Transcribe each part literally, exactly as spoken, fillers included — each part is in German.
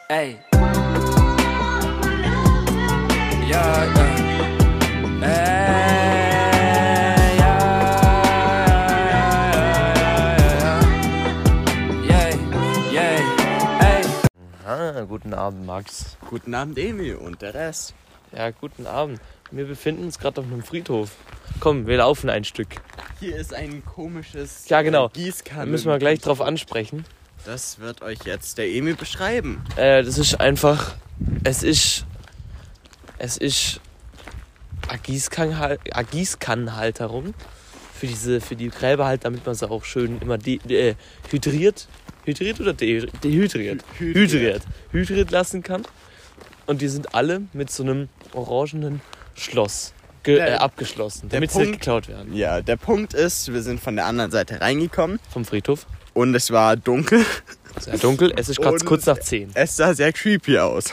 Ey. Ja, ja. Ey, ja, ja, ja, ja, ja, ey. Ah, guten Abend, Max. Guten Abend, Emil und der Rest. Ja, guten Abend. Wir befinden uns gerade auf einem Friedhof. Komm, wir laufen ein Stück. Hier ist ein komisches Ja, genau. äh, Gießkanne. Da müssen wir gleich drauf ansprechen. Das wird euch jetzt der Emil beschreiben. Äh, das ist einfach... Es ist... Es ist... eine Gießkannenhal- eine Gießkannenhalterung für diese, für die Gräber halt, damit man sie auch schön immer de- de- äh, hydriert... Hydriert oder de- dehydriert? Hy- hydriert. Hydriert. Hydriert lassen kann. Und die sind alle mit so einem orangenen Schloss ge- Der- äh, abgeschlossen, der damit sie nicht Punkt- geklaut werden. Ja, der Punkt ist, wir sind von der anderen Seite reingekommen Vom Friedhof. und es war dunkel. Sehr dunkel. Es ist gerade Und kurz nach zehn. Es sah sehr creepy aus.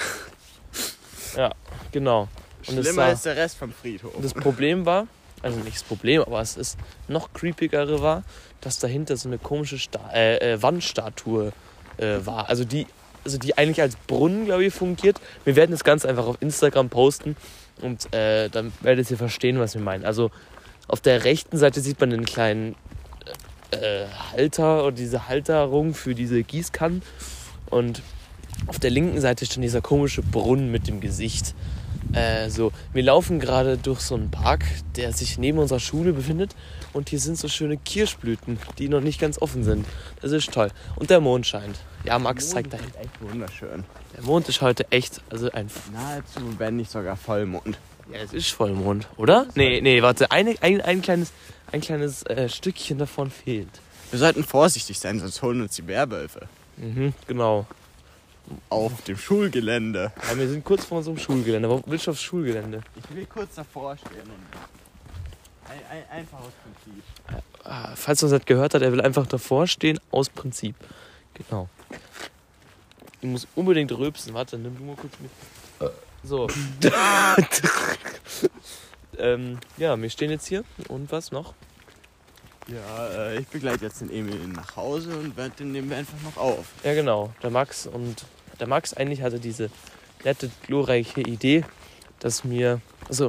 Ja, genau. Und es Schlimmer sah- als der Rest vom Friedhof. Und das Problem war, also nicht das Problem, aber es ist noch creepigere war, dass dahinter so eine komische Sta- äh, äh, Wandstatue äh, war. Also die, also die eigentlich als Brunnen, glaube ich, fungiert. Wir werden das Ganze einfach auf Instagram posten und äh, dann werdet ihr verstehen, was wir meinen. Also auf der rechten Seite sieht man einen kleinen äh, Halter oder diese Halterung für diese Gießkannen und auf der linken Seite ist dann dieser komische Brunnen mit dem Gesicht. Äh, so, wir laufen gerade durch so einen Park, der sich neben unserer Schule befindet und hier sind so schöne Kirschblüten, die noch nicht ganz offen sind. Das ist toll. Und der Mond scheint. Ja, Max zeigt dahin. Echt wunderschön. Der Mond ist heute echt, also ein... Nahezu, wenn nicht sogar Vollmond. Ja, es ist Vollmond, oder? Nee, nee, warte, eine, ein, ein kleines, ein kleines äh, Stückchen davon fehlt. Wir sollten vorsichtig sein, sonst holen uns die Werwölfe. Mhm, genau. Auf dem Schulgelände. Ja, wir sind kurz vor unserem Schulgelände. Warum willst du aufs Schulgelände? Ich will kurz davor stehen und ein, ein, einfach aus Prinzip. Ah, falls man es nicht gehört hat, er will einfach davor stehen, aus Prinzip. Genau. Ich muss unbedingt rülpsen. Warte, nimm du mal kurz mit. So. ähm, ja, wir stehen jetzt hier. Und was noch? Ja, äh, ich begleite jetzt den Emil nach Hause und werd- den nehmen wir einfach noch auf. Ja, genau. Der Max und der Max eigentlich hatte diese nette, glorreiche Idee, dass wir, also,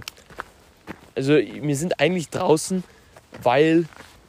also wir sind eigentlich draußen, weil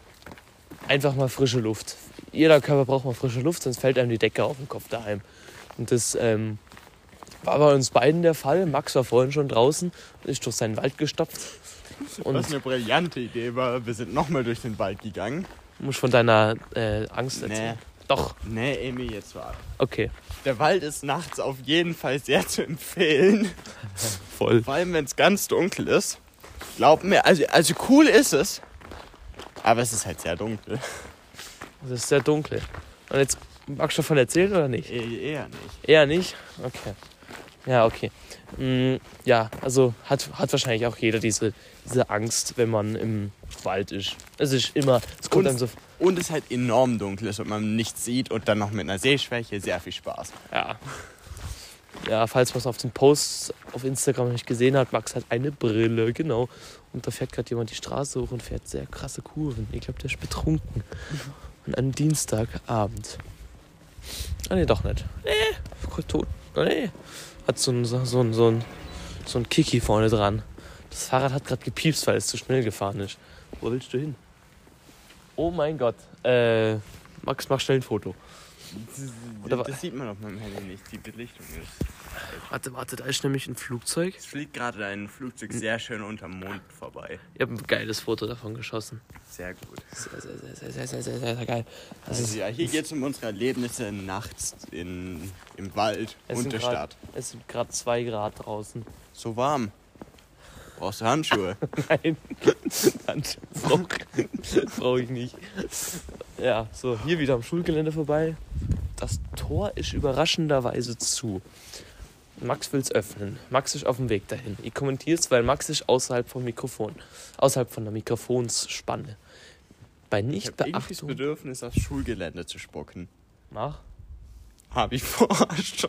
einfach mal frische Luft. Jeder Körper braucht mal frische Luft, sonst fällt einem die Decke auf den Kopf daheim. Und das ähm, war bei uns beiden der Fall. Max war vorhin schon draußen und ist durch seinen Wald gestapft. Und Was eine brillante Idee war, wir sind nochmal durch den Wald gegangen. muss von deiner äh, Angst erzählen. Nee. Doch, Nee, Emil, jetzt war. okay. Der Wald ist nachts auf jeden Fall sehr zu empfehlen. Voll. Vor allem, wenn es ganz dunkel ist. Glaub mir, also, also cool ist es. Aber es ist halt sehr dunkel. Es ist sehr dunkel. Und jetzt magst du davon erzählen oder nicht? E- eher nicht. Eher nicht? Okay. Ja, okay. Mm, ja, also hat, hat wahrscheinlich auch jeder diese, diese Angst, wenn man im Wald ist. Es ist immer, es kommt Und- einem so, Und es halt enorm dunkel ist und man nichts sieht und dann noch mit einer Sehschwäche sehr viel Spaß. ja. Ja, falls man es auf den Posts auf Instagram nicht gesehen hat, Max hat eine Brille, genau. Und da fährt gerade jemand die Straße hoch und fährt sehr krasse Kurven. Ich glaube, der ist betrunken. Und an Dienstagabend. Ah, nee, doch nicht. Nee, voll tot. Ah, nee. Hat so ein, so ein, so ein, so ein Kiki vorne dran. Das Fahrrad hat gerade gepiepst, weil es zu schnell gefahren ist. Wo willst du hin? Oh mein Gott. Äh, Max, mach schnell ein Foto. Oder wa- Das sieht man auf meinem Handy nicht, die Belichtung ist. Warte, warte, da ist nämlich ein Flugzeug. Es fliegt gerade ein Flugzeug sehr schön unterm Mond vorbei. Ich habe ein geiles Foto davon geschossen. Sehr gut. Sehr, sehr, sehr, sehr, sehr, sehr, sehr, sehr, sehr geil. Das Also ist, ja, hier geht es um unsere Erlebnisse nachts in, im Wald es und sind der grad- Stadt. Es sind gerade zwei Grad draußen. So warm. Brauchst du Handschuhe? Nein, brauche brauch ich nicht. Ja, so, hier wieder am Schulgelände vorbei. Das Tor ist überraschenderweise zu. Max will es öffnen. Max ist auf dem Weg dahin. Ich kommentiere es, weil Max ist außerhalb vom Mikrofon. Außerhalb von der Mikrofonsspanne. Bei Ich habe irgendwie das Nichtbeachtung... Bedürfnis, aufs Schulgelände zu spucken. Mach. Habe ich vorher schon.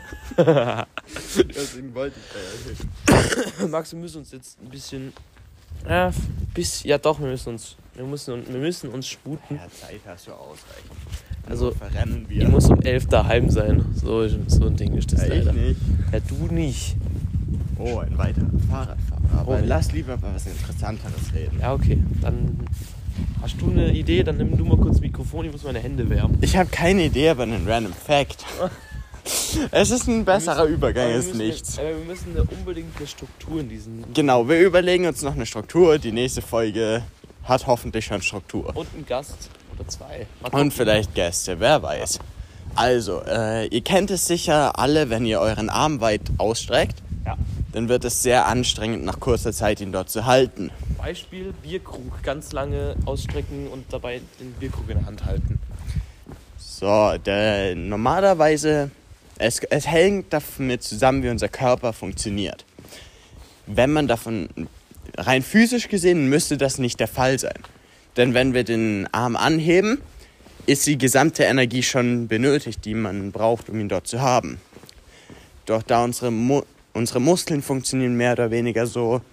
Deswegen wollte ich da ja hin. Max, wir müssen uns jetzt ein bisschen... Ja, bis, ja doch, wir müssen uns... Wir müssen, wir müssen uns sputen. Ja, Zeit hast du ausreichend. Also, verrennen ich wir. muss um elf daheim sein. So, so ein Ding ist das Ja, ich leider. nicht. Ja, du nicht. Oh, ein weiterer Fahrradfahrer. Aber Oh. lass lieber über was Interessanteres reden. Ja, okay. Dann hast du eine Idee, dann nimm du mal kurz das Mikrofon, ich muss meine Hände wärmen. Ich habe keine Idee, aber einen Random Fact. Es ist ein besserer Übergang, Aber wir ist müssen- nichts. Aber wir müssen eine unbedingt eine Struktur in diesen... Genau, wir überlegen uns noch eine Struktur. Die nächste Folge hat hoffentlich schon Struktur. Und einen Gast oder zwei. Mal gucken. Und vielleicht Gäste, wer weiß. Also, äh, ihr kennt es sicher alle, wenn ihr euren Arm weit ausstreckt, Ja. dann wird es sehr anstrengend, nach kurzer Zeit ihn dort zu halten. Beispiel Bierkrug. Ganz lange ausstrecken und dabei den Bierkrug in der Hand halten. So, der, normalerweise, es, es hängt damit zusammen, wie unser Körper funktioniert. Wenn man davon, rein physisch gesehen, müsste das nicht der Fall sein. Denn wenn wir den Arm anheben, ist die gesamte Energie schon benötigt, die man braucht, um ihn dort zu haben. Doch da unsere, Mu- unsere Muskeln funktionieren mehr oder weniger so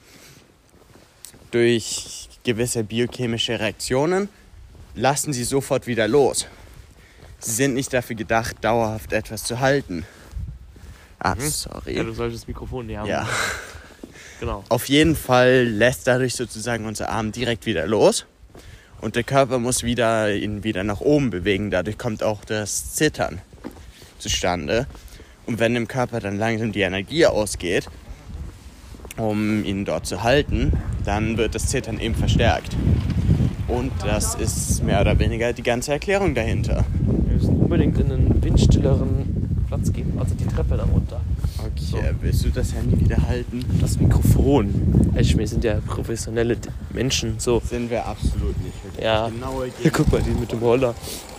durch gewisse biochemische Reaktionen, lassen sie sofort wieder los. Sie sind nicht dafür gedacht, dauerhaft etwas zu halten. Ah, sorry. Ja, du solltest das Mikrofon näher haben. Ja. Genau. Auf jeden Fall lässt dadurch sozusagen unser Arm direkt wieder los. Und der Körper muss wieder, ihn wieder nach oben bewegen. Dadurch kommt auch das Zittern zustande. Und wenn dem Körper dann langsam die Energie ausgeht, um ihn dort zu halten, dann wird das Zittern eben verstärkt. Und das ist mehr oder weniger die ganze Erklärung dahinter. Wir müssen unbedingt in einen windstilleren Platz gehen. Also die Treppe da runter. Okay, willst du das Handy wieder halten? Das Mikrofon. Echt, wir sind ja professionelle D- Menschen. So. Sind wir absolut nicht. Wir Ja. Genaue Ja, guck mal, die mit dem Roller.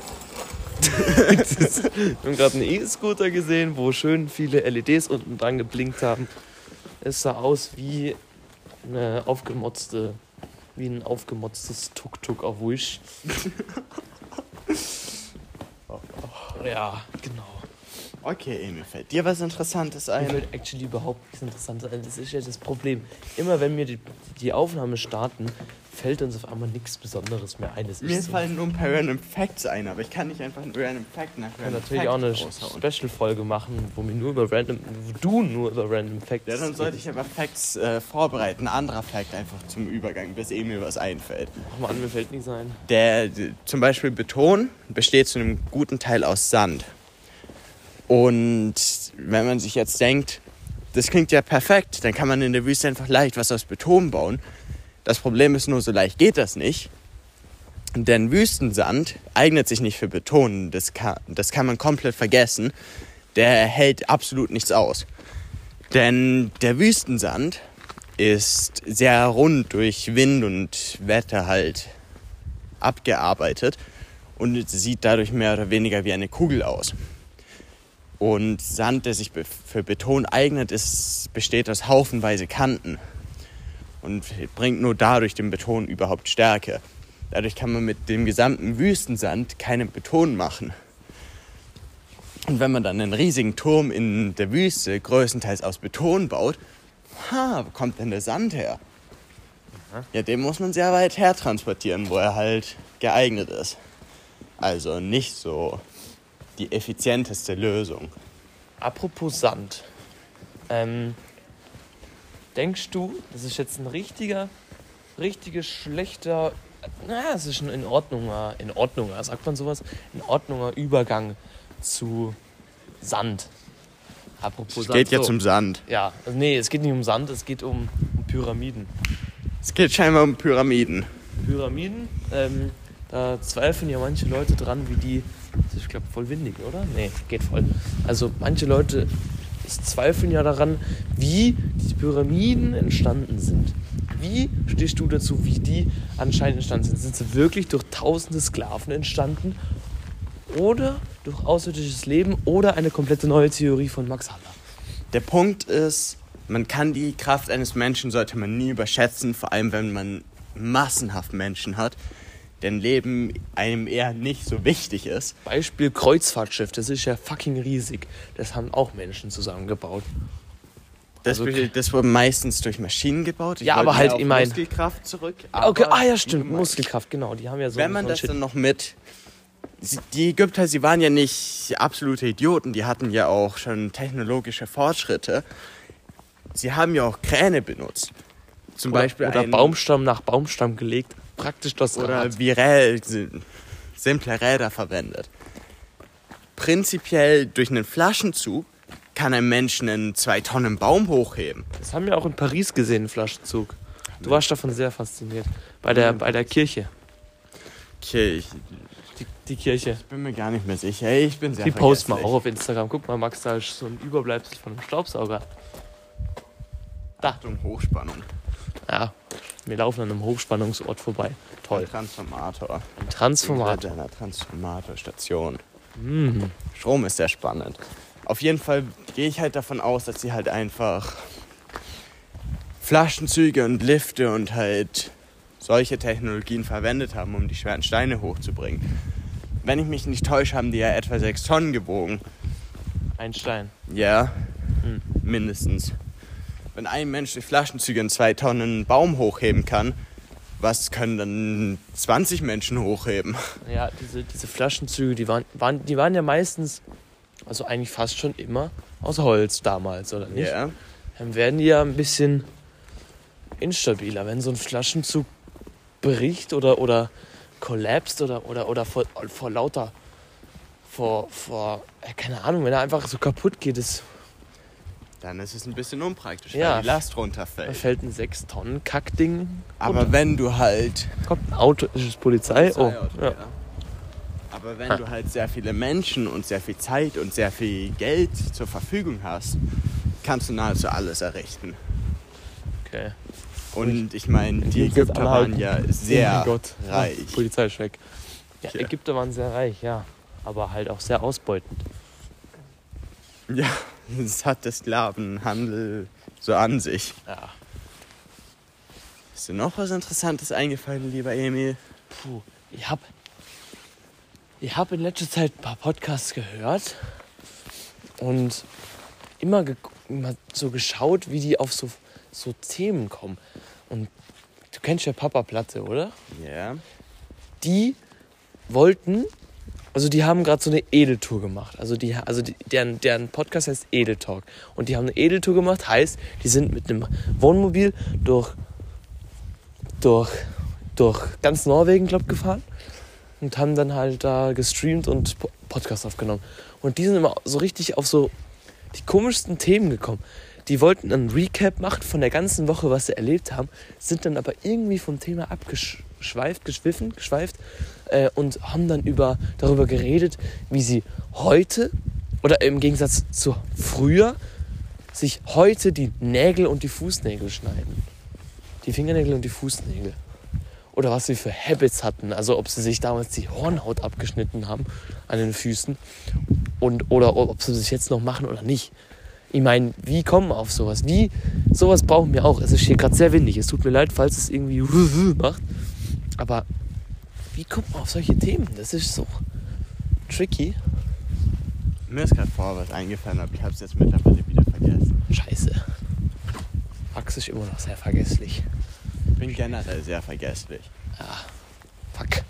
Das- Wir haben gerade einen E-Scooter gesehen, wo schön viele L E Ds unten dran geblinkt haben. Es sah aus wie eine aufgemotzte, wie ein aufgemotztes Tuk-Tuk auf Wish. Ja, genau. Okay, Emil, fällt dir was Interessantes Mir ein? fällt actually überhaupt nichts Interessantes ein. Das ist ja das Problem. Immer wenn wir die, die Aufnahme starten, fällt uns auf einmal nichts Besonderes mehr ein. Das Mir ist so. fallen nur ein paar Random Facts ein, aber ich kann nicht einfach einen Random Fact nach Ich kann Random natürlich Fact auch eine raushauen. Special-Folge machen, wo wir nur über random, wo du nur über random Facts. Ja, dann sollte ich aber Facts äh, vorbereiten. Ein anderer Fact einfach zum Übergang, bis Emil was einfällt. Mach mal an, mir fällt nichts ein. Der, d- zum Beispiel Beton besteht zu einem guten Teil aus Sand. Und wenn man sich jetzt denkt, das klingt ja perfekt, dann kann man in der Wüste einfach leicht was aus Beton bauen. Das Problem ist nur, so leicht geht das nicht. Denn Wüstensand eignet sich nicht für Beton. Das kann, das kann man komplett vergessen. Der hält absolut nichts aus. Denn der Wüstensand ist sehr rund durch Wind und Wetter halt abgearbeitet und sieht dadurch mehr oder weniger wie eine Kugel aus. Und Sand, der sich be- für Beton eignet, ist, besteht aus haufenweise Kanten und bringt nur dadurch dem Beton überhaupt Stärke. Dadurch kann man mit dem gesamten Wüstensand keinen Beton machen. Und wenn man dann einen riesigen Turm in der Wüste größtenteils aus Beton baut, ha, wo kommt denn der Sand her? Ja, den muss man sehr weit her transportieren, wo er halt geeignet ist. Also nicht so die effizienteste Lösung. Apropos Sand. Ähm, denkst du, das ist jetzt ein richtiger, richtiger schlechter, na, es ist schon in Ordnung, in Ordnung, sagt man sowas, in Ordnunger Übergang zu Sand. Apropos Es geht jetzt so. um Sand. Ja, also nee, es geht nicht um Sand, es geht um, um Pyramiden. Es geht scheinbar um Pyramiden. Pyramiden, ähm, da zweifeln ja manche Leute dran, wie die, das ist, ich glaube, voll windig, oder? Nee, geht voll. Also manche Leute zweifeln ja daran, wie die Pyramiden entstanden sind. Wie stehst du dazu, wie die anscheinend entstanden sind? Sind sie wirklich durch tausende Sklaven entstanden? Oder durch außerirdisches Leben? Oder eine komplette neue Theorie von Max Haller? Der Punkt ist, man kann die Kraft eines Menschen, sollte man nie überschätzen, vor allem wenn man massenhaft Menschen hat, deren Leben einem eher nicht so wichtig ist. Beispiel Kreuzfahrtschiff, das ist ja fucking riesig. Das haben auch Menschen zusammengebaut. Das, Also, okay. das wurde meistens durch Maschinen gebaut. Ich Ja, aber wollte halt, mehr auf ich mein- Muskelkraft zurück. Okay, aber ah ja, stimmt, allgemein. Muskelkraft, genau. Die haben ja so Wenn man so ein das Shit. dann noch mit sie, die Ägypter, sie waren ja nicht absolute Idioten, die hatten ja auch schon technologische Fortschritte. Sie haben ja auch Kräne benutzt. Zum Oder, Beispiel oder einen, Baumstamm nach Baumstamm gelegt. Praktisch das Rad. oder virell, simple Räder verwendet. Prinzipiell durch einen Flaschenzug kann ein Mensch einen zwei Tonnen Baum hochheben. Das haben wir auch in Paris gesehen, einen Flaschenzug. Du warst davon sehr fasziniert. Bei der, bei der Kirche. Kirche. Die, die Kirche. Ich bin mir gar nicht mehr sicher. Ich bin sehr Die posten wir vergesslich. auch auf Instagram. Guck mal, Max, da ist so ein Überbleibsel von einem Staubsauger. Da. Achtung, Hochspannung. Ja, wir laufen an einem Hochspannungsort vorbei. Toll. Transformator. Ein Transformator. Einer Transformatorstation. Mhm. Strom ist sehr spannend. Auf jeden Fall gehe ich halt davon aus, dass sie halt einfach Flaschenzüge und Lifte und halt solche Technologien verwendet haben, um die schweren Steine hochzubringen. Wenn ich mich nicht täusche, haben die ja etwa sechs Tonnen gewogen. Ein Stein. Ja, Mhm. mindestens. Wenn ein Mensch durch Flaschenzüge einen zwei Tonnen Baum hochheben kann, was können dann zwanzig Menschen hochheben? Ja, diese, diese Flaschenzüge, die waren, waren, die waren ja meistens, also eigentlich fast schon immer aus Holz damals, oder nicht? Ja. Dann werden die ja ein bisschen instabiler, wenn so ein Flaschenzug bricht oder, oder kollapst oder, oder, oder vor, vor lauter, vor, vor, äh, keine Ahnung, wenn er einfach so kaputt geht, ist, Dann ist es ein bisschen unpraktisch, Ja. weil die Last da runterfällt. fällt ein sechs Tonnen Kackding Aber runter. wenn du halt... Kommt ein Auto, ist es Polizei? Oh, Polizeiauto, ja. ja. Aber wenn du halt sehr viele Menschen und sehr viel Zeit und sehr viel Geld zur Verfügung hast, kannst du nahezu alles errichten. Okay. Und ich meine, die die uns jetzt Ägypter waren anhalten. ja Oh sehr mein Gott. reich. Ah, Polizei ist weg. Ja, Ja. Ägypter waren sehr reich, ja. Aber halt auch sehr ausbeutend. Ja, das hat der Sklavenhandel so an sich. Ja. Ist dir noch was Interessantes eingefallen, lieber Emil? Puh, ich hab, ich hab in letzter Zeit ein paar Podcasts gehört und immer, ge immer so geschaut, wie die auf so, so Themen kommen. Und du kennst ja Papa Platte, oder? Ja. Die wollten, also die haben gerade so eine Edeltour gemacht. Also, die, also die, deren, deren Podcast heißt Edeltalk. Und die haben eine Edeltour gemacht, heißt, die sind mit einem Wohnmobil durch, durch, durch ganz Norwegen, glaub, gefahren und haben dann halt da gestreamt und Po- Podcast aufgenommen. Und die sind immer so richtig auf so die komischsten Themen gekommen. Die wollten einen Recap machen von der ganzen Woche, was sie erlebt haben, sind dann aber irgendwie vom Thema abgeschweift, geschwiffen, geschweift äh, und haben dann über, darüber geredet, wie sie heute, oder im Gegensatz zu früher, sich heute die Nägel und die Fußnägel schneiden. Die Fingernägel und die Fußnägel. Oder was sie für Habits hatten, also ob sie sich damals die Hornhaut abgeschnitten haben an den Füßen und, oder ob sie sich jetzt noch machen oder nicht. Ich meine, wie kommen wir auf sowas? Wie, sowas brauchen wir auch. Es ist hier gerade sehr windig. Es tut mir leid, falls es irgendwie macht. Aber wie kommt man auf solche Themen? Das ist so tricky. Mir ist gerade vorher was eingefallen, aber ich habe es jetzt mittlerweile wieder vergessen. Scheiße. Max ist immer noch sehr vergesslich. Ich bin generell sehr vergesslich. Fuck.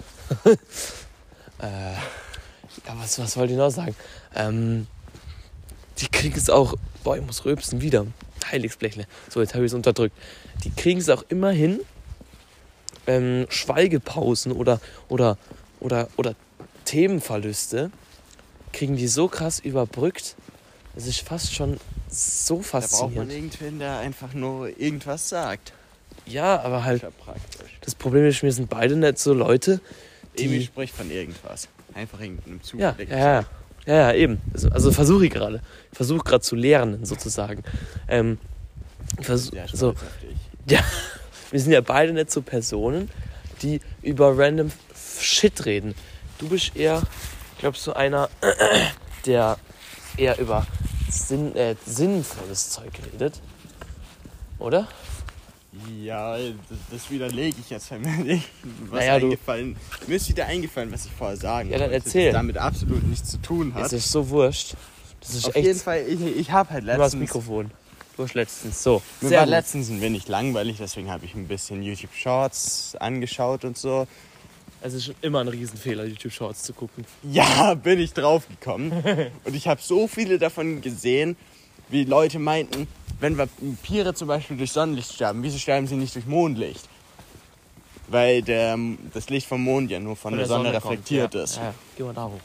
äh, ja, was, was wollte ich noch sagen? Ähm, die kriegen es auch... Boah, ich muss rülpsen wieder. Heiligsblechle. So, jetzt habe ich es unterdrückt. Die kriegen es auch immer hin, ähm, Schweigepausen oder, oder, oder, oder Themenverluste kriegen die so krass überbrückt. Das ist fast schon so Da braucht man faszinierend. irgendwen, der einfach nur irgendwas sagt. Ja, aber halt, Ja, praktisch. das Problem ist, wir sind beide nicht so Leute, Emil die... spricht von irgendwas. Einfach irgendeinem Zug. Ja, ja, ja, ja, ja, eben. Also, also versuche ich gerade. Ich versuche gerade zu lernen, sozusagen. Ähm, ich versuch, Ja, so, stolz auf dich. ja, wir sind ja beide nicht so Personen, die über random Shit reden. Du bist eher, glaubst du, einer, der eher über Sinn, äh, sinnvolles Zeug redet, oder? Ja, das, das widerlege ich jetzt weil mir nicht. Was Naja, du- eingefallen. Mir ist wieder eingefallen, was ich vorher sagen Ja, dann wollte, erzähl. das damit absolut nichts zu tun hat. Es ist so wurscht. Das ist Auf echt... jeden Fall, ich, ich habe halt Nimm mal das letztens... Mikrofon. Du hast letztens. So, Mir sehr war gut. letztens ein wenig langweilig, deswegen habe ich ein bisschen YouTube Shorts angeschaut und so. Es ist schon immer ein Riesenfehler, YouTube-Shorts zu gucken. Ja, bin ich drauf gekommen. Und ich habe so viele davon gesehen, wie Leute meinten, wenn Vampire zum Beispiel durch Sonnenlicht sterben, wieso sterben sie nicht durch Mondlicht? Weil der, das Licht vom Mond ja nur von, von der, der Sonne, Sonne reflektiert kommt, ist. Ja, ja, geh mal da hoch.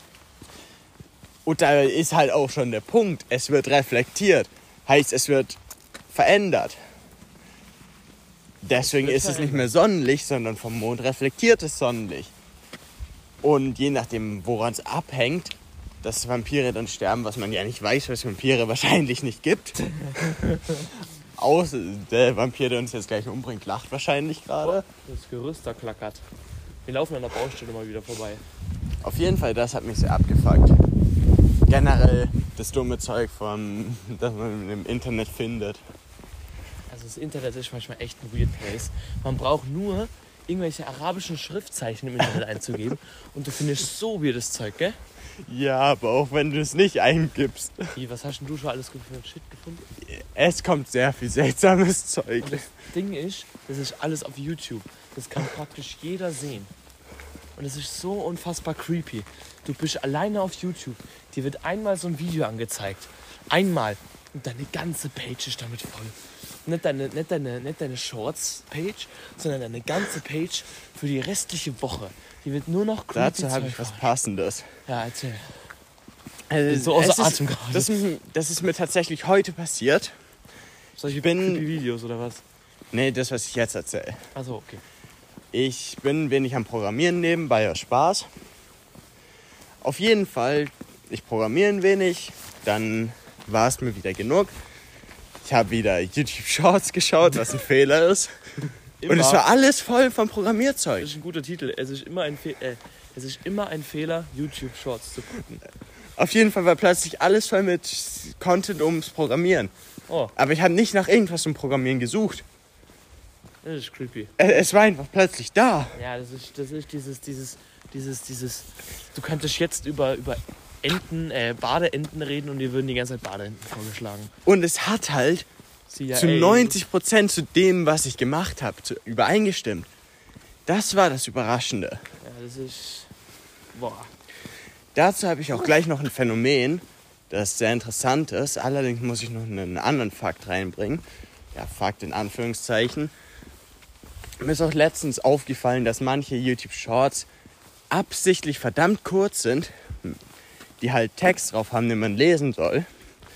Und da ist halt auch schon der Punkt, es wird reflektiert. Heißt, es wird verändert. Deswegen ist es nicht mehr Sonnenlicht, sondern vom Mond reflektiertes Sonnenlicht. Und je nachdem, woran es abhängt, dass Vampire dann sterben, was man ja nicht weiß, was Vampire wahrscheinlich nicht gibt. Außer der Vampir, der uns jetzt gleich umbringt, lacht wahrscheinlich gerade. Das Gerüst da klackert. Wir laufen an der Baustelle mal wieder vorbei. Auf jeden Fall, das hat mich sehr abgefuckt. Generell das dumme Zeug, vom, das man im Internet findet. Also das Internet ist manchmal echt ein weird place. Man braucht nur irgendwelche arabischen Schriftzeichen im Internet einzugeben und du findest so weirdes Zeug, gell? Ja, aber auch wenn du es nicht eingibst. Wie, was hast denn du schon alles für Shit gefunden? Es kommt sehr viel seltsames Zeug. Und das Ding ist, das ist alles auf YouTube. Das kann praktisch jeder sehen. Und es ist so unfassbar creepy. Du bist alleine auf YouTube. Dir wird einmal so ein Video angezeigt. Einmal. Und deine ganze Page ist damit voll. Nicht deine, nicht deine, nicht deine Shorts-Page, sondern deine ganze Page für die restliche Woche. Die wird nur noch creepy. Dazu habe ich was Passendes. Ja, erzähl. Also, so außer es ist, Atem gerade. Das, das ist mir tatsächlich heute passiert. Solche bin- creepy Videos oder was? Nee, das, was ich jetzt erzähle. Achso, okay. Ich bin wenig am Programmieren nebenbei aus Spaß. Auf jeden Fall, ich programmiere ein wenig, dann war es mir wieder genug. Ich habe wieder YouTube-Shorts geschaut, was ein Fehler ist. Und es war alles voll vom Programmierzeug. Das ist ein guter Titel. Es ist immer ein, Fe- äh, es ist immer ein Fehler, YouTube-Shorts zu gucken. Auf jeden Fall war plötzlich alles voll mit Content ums Programmieren. Oh, Aber ich habe nicht nach irgendwas zum Programmieren gesucht. das ist creepy. Es es war einfach plötzlich da. Ja, das ist, das ist dieses, dieses, dieses, dieses. Du könntest jetzt über, über Enten, äh, Badeenten reden und dir würden die ganze Zeit Badeenten vorgeschlagen. Und es hat halt C I A. zu neunzig Prozent zu dem, was ich gemacht habe, zu- übereingestimmt. Das war das Überraschende. Ja, das ist. Boah. Dazu habe ich auch gleich noch ein Phänomen, das sehr interessant ist. Allerdings muss ich noch einen anderen Fakt reinbringen. Ja, Fakt in Anführungszeichen. Mir ist auch letztens aufgefallen, dass manche YouTube-Shorts absichtlich verdammt kurz sind, die halt Text drauf haben, den man lesen soll,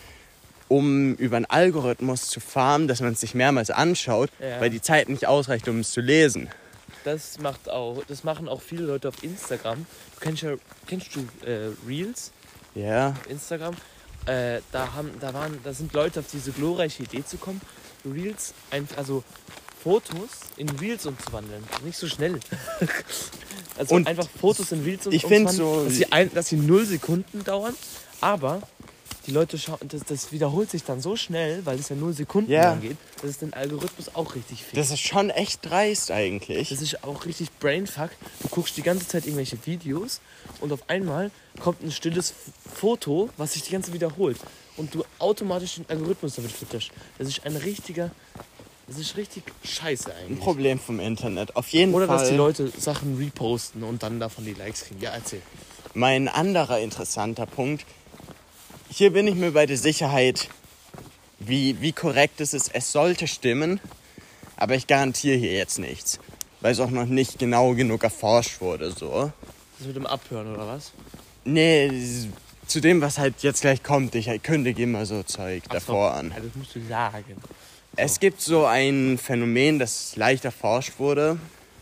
um über einen Algorithmus zu farmen, dass man es sich mehrmals anschaut, Ja. weil die Zeit nicht ausreicht, um es zu lesen. Das macht auch, das machen auch viele Leute auf Instagram. Du kennst ja, kennst du äh, Reels Ja, auf Instagram? Äh, da haben, da waren, da sind Leute auf diese glorreiche Idee zu kommen, Reels, ein, also Fotos in Reels umzuwandeln. Nicht so schnell. Also Und einfach Fotos in Reels um, ich find umzuwandeln, so- dass sie, ein, dass sie null Sekunden dauern, aber die Leute schauen, das, das wiederholt sich dann so schnell, weil es ja null Sekunden Ja. lang geht, dass es den Algorithmus auch richtig fixt. das ist schon echt dreist eigentlich. Das ist auch richtig Brainfuck. Du guckst die ganze Zeit irgendwelche Videos und auf einmal kommt ein stilles F- Foto, was sich die ganze Zeit wiederholt. Und du automatisch den Algorithmus damit fütterst. Das ist ein richtiger, das ist richtig scheiße Ein eigentlich. Problem vom Internet. Auf jeden Oder Fall. dass die Leute Sachen reposten und dann davon die Likes kriegen. Ja, erzähl. Mein anderer interessanter Punkt. Hier bin ich mir bei der Sicherheit, wie, wie korrekt es ist. Es sollte stimmen, aber ich garantiere hier jetzt nichts. Weil es auch noch nicht genau genug erforscht wurde. So. Das mit dem Abhören oder was? Nee, zu dem, was halt jetzt gleich kommt. Ich kündige immer so Zeug Ach so. davor an. Ja, das musst du sagen. Es gibt so ein Phänomen, das leicht erforscht wurde,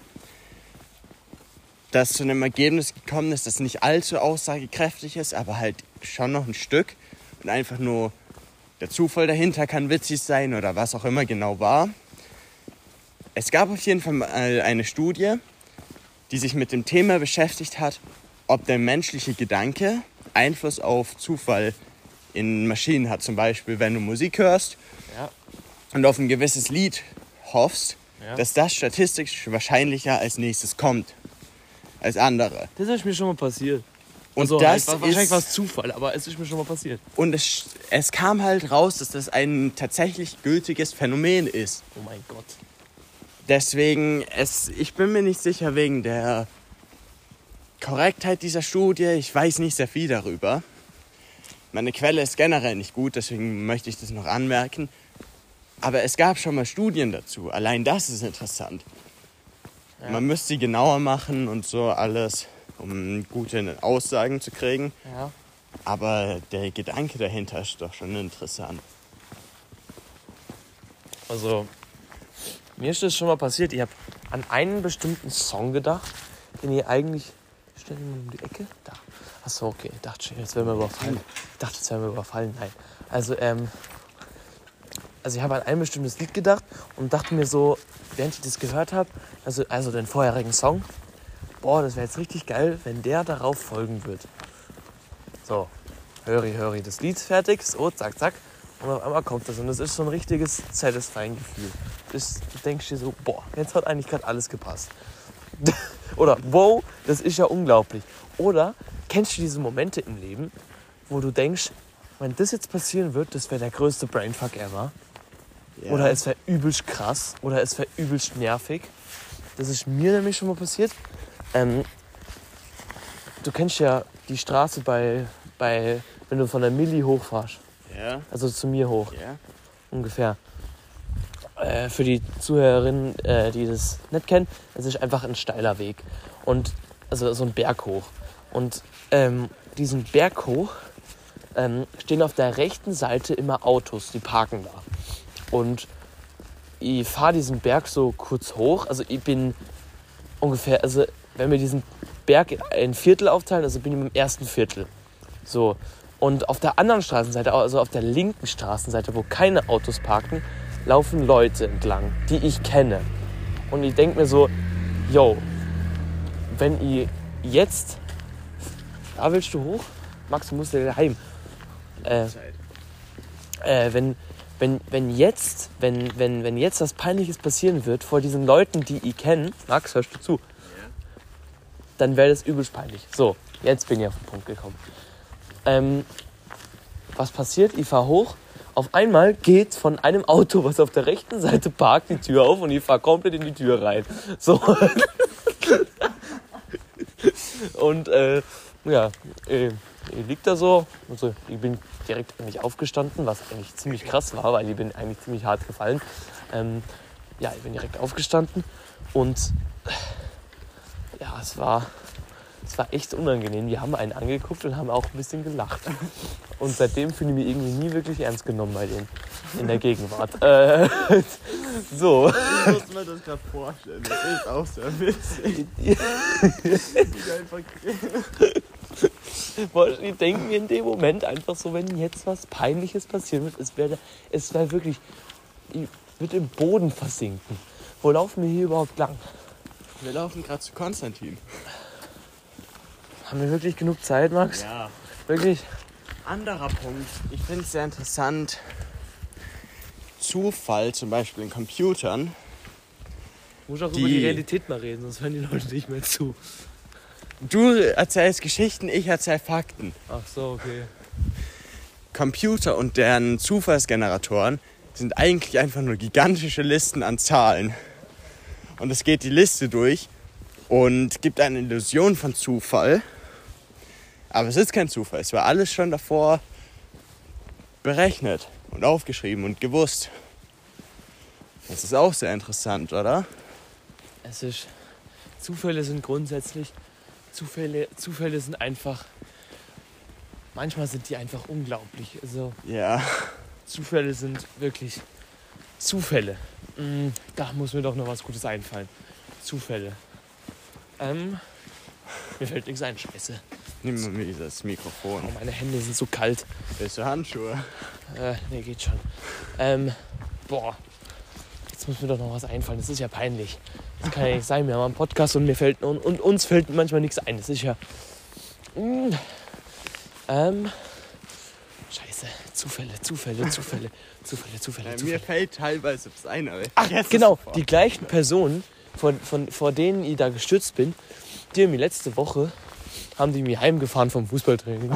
das zu einem Ergebnis gekommen ist, das nicht allzu aussagekräftig ist, aber halt schon noch ein Stück. Und einfach nur der Zufall dahinter kann witzig sein oder was auch immer genau war. Es gab auf jeden Fall mal eine Studie, die sich mit dem Thema beschäftigt hat, ob der menschliche Gedanke Einfluss auf Zufall in Maschinen hat. Zum Beispiel, wenn du Musik hörst Ja. und auf ein gewisses Lied hoffst, Ja. dass das statistisch wahrscheinlicher als nächstes kommt als andere. Das ist mir schon mal passiert. Und Also, das halt, wahrscheinlich ist, war es Zufall, aber es ist mir schon mal passiert. und es, es kam halt raus, dass das ein tatsächlich gültiges Phänomen ist. Oh mein Gott. Deswegen, es, ich bin mir nicht sicher wegen der Korrektheit dieser Studie, ich weiß nicht sehr viel darüber. Meine Quelle ist generell nicht gut, deswegen möchte ich das noch anmerken. Aber es gab schon mal Studien dazu. Allein das ist interessant. Ja. Man müsste sie genauer machen und so alles, um gute Aussagen zu kriegen. Ja. Aber der Gedanke dahinter ist doch schon interessant. Also, mir ist das schon mal passiert. Ich habe an einen bestimmten Song gedacht, den ihr eigentlich... Stell ihn mal um die Ecke. Da. Achso, okay. Ich dachte schon, jetzt werden wir überfallen. Ich dachte, jetzt werden wir überfallen. Nein. Also, ähm... Also ich habe an ein bestimmtes Lied gedacht und dachte mir so, während ich das gehört habe, also, also den vorherigen Song, boah, das wäre jetzt richtig geil, wenn der darauf folgen wird. So, höri, höri, das Lied ist fertig, so, zack, zack. Und auf einmal kommt das und das ist so ein richtiges satisfying Gefühl. Das, du denkst dir so, boah, jetzt hat eigentlich gerade alles gepasst. Oder, wow, das ist ja unglaublich. Oder, kennst du diese Momente im Leben, wo du denkst, wenn das jetzt passieren wird, das wäre der größte Brainfuck ever. Ja. Oder es wäre übelst krass. Oder es wäre übelst nervig. Das ist mir nämlich schon mal passiert. Ähm, du kennst ja die Straße bei, bei wenn du von der Milli hochfährst. Ja. Also zu mir hoch. Ja. Ungefähr. Äh, für die Zuhörerinnen, äh, die das nicht kennen, es ist einfach ein steiler Weg. Und also so ein Berg hoch. Und ähm, diesen Berg hoch ähm, stehen auf der rechten Seite immer Autos, die parken da. Und ich fahre diesen Berg so kurz hoch. Also ich bin ungefähr, also wenn wir diesen Berg in Viertel aufteilen, also bin ich im ersten Viertel. So. Und auf der anderen Straßenseite, also auf der linken Straßenseite, wo keine Autos parken, laufen Leute entlang, die ich kenne. Und ich denke mir so, yo, wenn ich jetzt, da willst du hoch? Max, du musst ja heim. Äh, äh, wenn, wenn, wenn jetzt, wenn, wenn, wenn jetzt was Peinliches passieren wird vor diesen Leuten, die ich kenne, Max, hörst du zu? Ja. Dann wäre das übelst peinlich. So, jetzt bin ich auf den Punkt gekommen. Ähm, was passiert? Ich fahre hoch. Auf einmal geht von einem Auto, was auf der rechten Seite parkt, die Tür auf und ich fahre komplett in die Tür rein. So. Und äh, ja, äh, ich lieg da so. Also, ich bin direkt eigentlich aufgestanden, was eigentlich ziemlich krass war, weil ich bin eigentlich ziemlich hart gefallen. Ähm, ja, ich bin direkt aufgestanden und ja, es war, es war echt unangenehm. Die haben einen angeguckt und haben auch ein bisschen gelacht. Und seitdem fühle ich mich irgendwie nie wirklich ernst genommen bei denen in der Gegenwart. Äh, so. Ich muss mir das gerade vorstellen. Das ist auch sehr witzig. Ich denke mir in dem Moment einfach so, wenn jetzt was Peinliches passieren wird, es wäre es wär wirklich, ich würde im Boden versinken. Wo laufen wir hier überhaupt lang? Wir laufen gerade zu Konstantin. Haben wir wirklich genug Zeit, Max? Ja. Wirklich? Anderer Punkt. Ich finde es sehr interessant. Zufall, zum Beispiel in Computern. Du musst auch die, über die Realität mal reden, sonst hören die Leute nicht mehr zu. Du erzählst Geschichten, ich erzähl Fakten. Ach so, okay. Computer und deren Zufallsgeneratoren sind eigentlich einfach nur gigantische Listen an Zahlen. Und es geht die Liste durch und gibt eine Illusion von Zufall. Aber es ist kein Zufall. Es war alles schon davor berechnet und aufgeschrieben und gewusst. Das ist auch sehr interessant, oder? Es ist... Zufälle sind grundsätzlich... Zufälle, Zufälle sind einfach... Manchmal sind die einfach unglaublich. Also, ja. Zufälle sind wirklich... Zufälle. Mm, da muss mir doch noch was Gutes einfallen. Zufälle. Ähm... Mir fällt nichts ein, scheiße. Nimm mal mir das Mikrofon. Oh, meine Hände sind so kalt. Willst du Handschuhe? Äh, nee, geht schon. Ähm, boah. Jetzt muss mir doch noch was einfallen. Das ist ja peinlich. Das kann ja nicht sein. Wir haben einen Podcast und, mir fällt, und, und uns fällt manchmal nichts ein. Das ist ja... Mm, ähm... Scheiße. Zufälle, Zufälle, Zufälle, Zufälle, Zufälle, Ja, Zufälle. mir fällt teilweise was ein, aber ich Ach, vergesse genau. es sofort. Die gleichen Personen, von, von, vor denen ich da gestützt bin, die haben mich letzte Woche haben die mich heimgefahren vom Fußballtraining.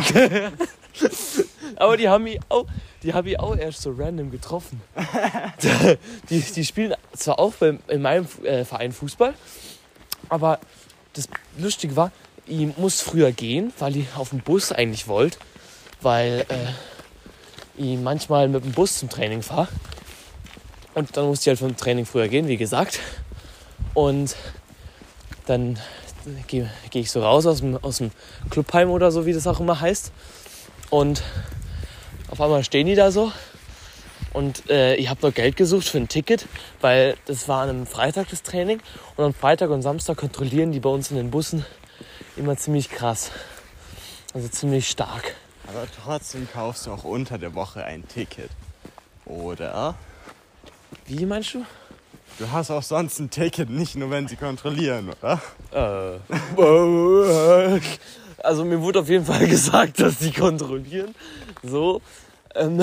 Aber die haben mich auch, die habe ich auch erst so random getroffen. Die, die spielen zwar auch beim, in meinem äh, Verein Fußball, aber das Lustige war, ich muss früher gehen, weil ich auf den Bus eigentlich wollte, weil äh, ich manchmal mit dem Bus zum Training fahre. Und dann musste ich halt vom Training früher gehen, wie gesagt. Und dann gehe geh ich so raus aus dem, aus dem Clubheim oder so, wie das auch immer heißt. Und auf einmal stehen die da so. Und äh, ich habe noch Geld gesucht für ein Ticket, weil das war an einem Freitag das Training. Und am Freitag und Samstag kontrollieren die bei uns in den Bussen immer ziemlich krass. Also ziemlich stark. Aber trotzdem kaufst du auch unter der Woche ein Ticket. Oder? Wie meinst du? Du hast auch sonst ein Ticket, nicht nur wenn sie kontrollieren, oder? Äh. Also mir wurde auf jeden Fall gesagt, dass die kontrollieren. So. Ähm.